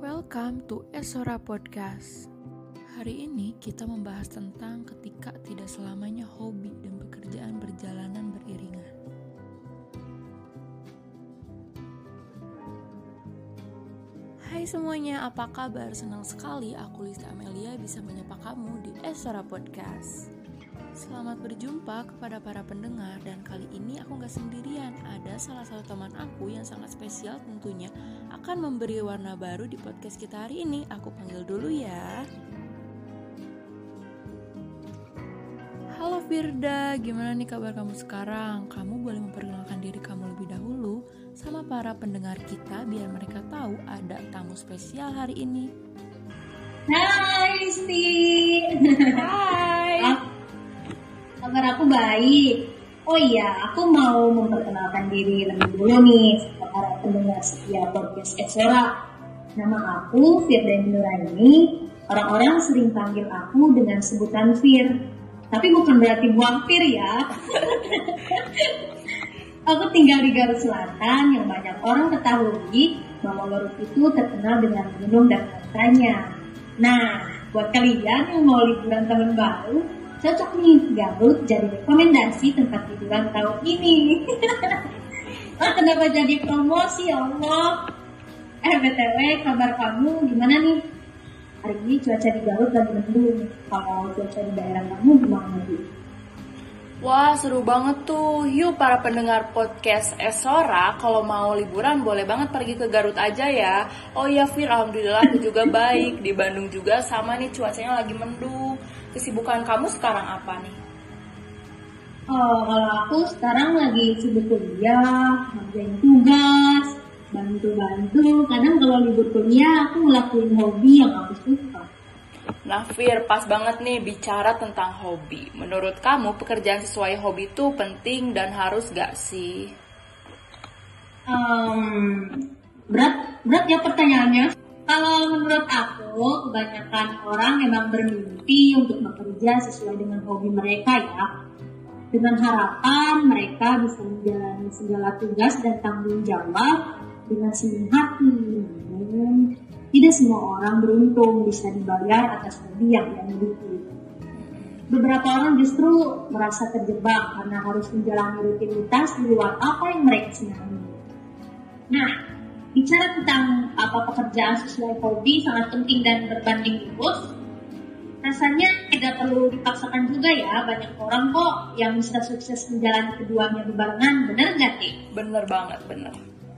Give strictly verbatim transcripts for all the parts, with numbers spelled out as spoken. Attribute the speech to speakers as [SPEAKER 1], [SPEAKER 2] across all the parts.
[SPEAKER 1] Welcome to Esora Podcast. Hari ini kita membahas tentang ketika tidak selamanya hobi dan pekerjaan berjalanan beriringan. Hai semuanya, apa kabar? Senang sekali aku Lista Amelia bisa menyapa kamu di Esora Podcast. Selamat berjumpa kepada para pendengar, dan kali ini aku gak sendirian. Ada salah satu teman aku yang sangat spesial tentunya akan memberi warna baru di podcast kita hari ini. Aku panggil dulu ya. Halo Firda, gimana nih kabar kamu sekarang? Kamu boleh memperkenalkan diri kamu lebih dahulu sama para pendengar kita biar mereka tahu ada tamu spesial hari ini.
[SPEAKER 2] Hai Listi.
[SPEAKER 1] Hai.
[SPEAKER 2] Kabar aku baik. Oh iya, aku mau memperkenalkan diri lebih dulu nih kepada para pendengar setia podcast Esora. Nama aku Firda Nuraini. Orang-orang sering panggil aku dengan sebutan Fir. Tapi bukan berarti buang Fir ya. Aku tinggal di Garut Selatan yang banyak orang ketahui bahwa Garut itu terkenal dengan gunung dan pantainya. Nah, buat kalian yang mau liburan tahun baru, cocok nih Garut jadi rekomendasi tempat liburan tahun ini. Oh, kenapa jadi promosi ya Allah? Eh B T W, kabar kamu gimana nih? Hari ini cuaca di Garut lagi mendung. Kalau cuaca di daerah kamu gimana nih?
[SPEAKER 1] Wah, seru banget tuh. Yuk para pendengar podcast Esora, kalau mau liburan boleh banget pergi ke Garut aja ya. Oh iya Fir, alhamdulillah aku juga baik. Di Bandung juga sama nih, cuacanya lagi mendung. Kesibukan kamu sekarang apa nih?
[SPEAKER 2] Oh, kalau aku sekarang lagi sibuk kuliah, ngerjain tugas, bantu-bantu. Kadang kalau libur kuliah aku ngelakuin hobi yang aku suka.
[SPEAKER 1] Nah Fir, pas banget nih bicara tentang hobi. Menurut kamu pekerjaan sesuai hobi itu penting dan harus gak sih?
[SPEAKER 2] Um, berat, berat ya pertanyaannya. Kalau menurut aku, kebanyakan orang memang bermimpi untuk bekerja sesuai dengan hobi mereka ya. Dengan harapan mereka bisa menjalani segala tugas dan tanggung jawab dengan senang hati. Hmm, tidak semua orang beruntung bisa dibayar atas hobi yang dia miliki. Beberapa orang justru merasa terjebak karena harus menjalani rutinitas di luar apa yang mereka senangi. Nah, bicara tentang apa pekerjaan sesuai hobi sangat penting dan berbanding lurus. Rasanya tidak perlu dipaksakan juga ya. Banyak orang kok yang bisa sukses menjalani keduanya berbarengan. Bener nggak sih?
[SPEAKER 1] Bener banget, bener.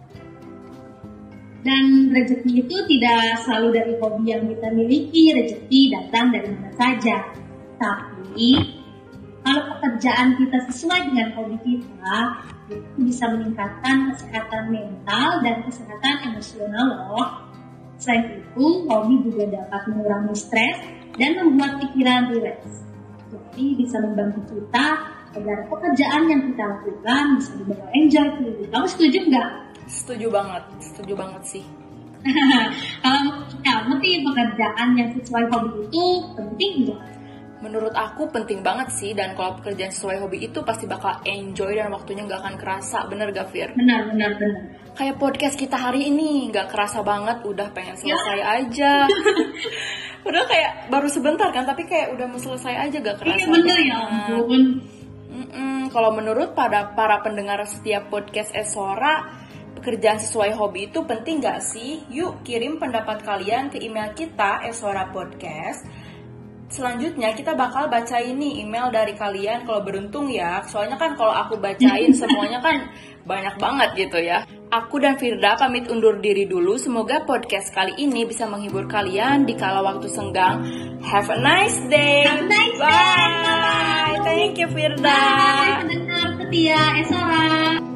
[SPEAKER 2] Dan rezeki itu tidak selalu dari hobi yang kita miliki. Rezeki datang dari mana saja. Tapi kalau pekerjaan kita sesuai dengan hobi kita, itu bisa meningkatkan kesehatan mental dan kesehatan emosional loh. Selain itu, hobi juga dapat mengurangi stres dan membuat pikiran rileks. Jadi bisa membantu kita agar pekerjaan yang kita lakukan bisa dibawa enjoy. Kamu setuju nggak?
[SPEAKER 1] Setuju banget, setuju banget sih.
[SPEAKER 2] Kalau kamu sih pekerjaan yang sesuai hobi itu penting nggak?
[SPEAKER 1] Menurut aku penting banget sih, dan kalau pekerjaan sesuai hobi itu pasti bakal enjoy dan waktunya gak akan kerasa. Bener gak Fir?
[SPEAKER 2] Benar, benar, benar.
[SPEAKER 1] Kayak podcast kita hari ini, gak kerasa banget, udah pengen selesai ya. aja. Udah kayak baru sebentar kan, tapi kayak udah mau selesai aja, gak kerasa.
[SPEAKER 2] Iya bener ya ampun.
[SPEAKER 1] Kalau menurut pada para pendengar setiap podcast Esora, pekerjaan sesuai hobi itu penting gak sih? Yuk kirim pendapat kalian ke email kita Esora Podcast. Selanjutnya kita bakal bacain nih email dari kalian kalau beruntung ya. Soalnya kan kalau aku bacain semuanya kan banyak banget gitu ya. Aku dan Firda pamit undur diri dulu. Semoga podcast kali ini bisa menghibur kalian di kala waktu senggang. Have a nice day.
[SPEAKER 2] Have a nice
[SPEAKER 1] Bye.
[SPEAKER 2] day.
[SPEAKER 1] Thank you Firda.
[SPEAKER 2] Bye pendengar setia Esora.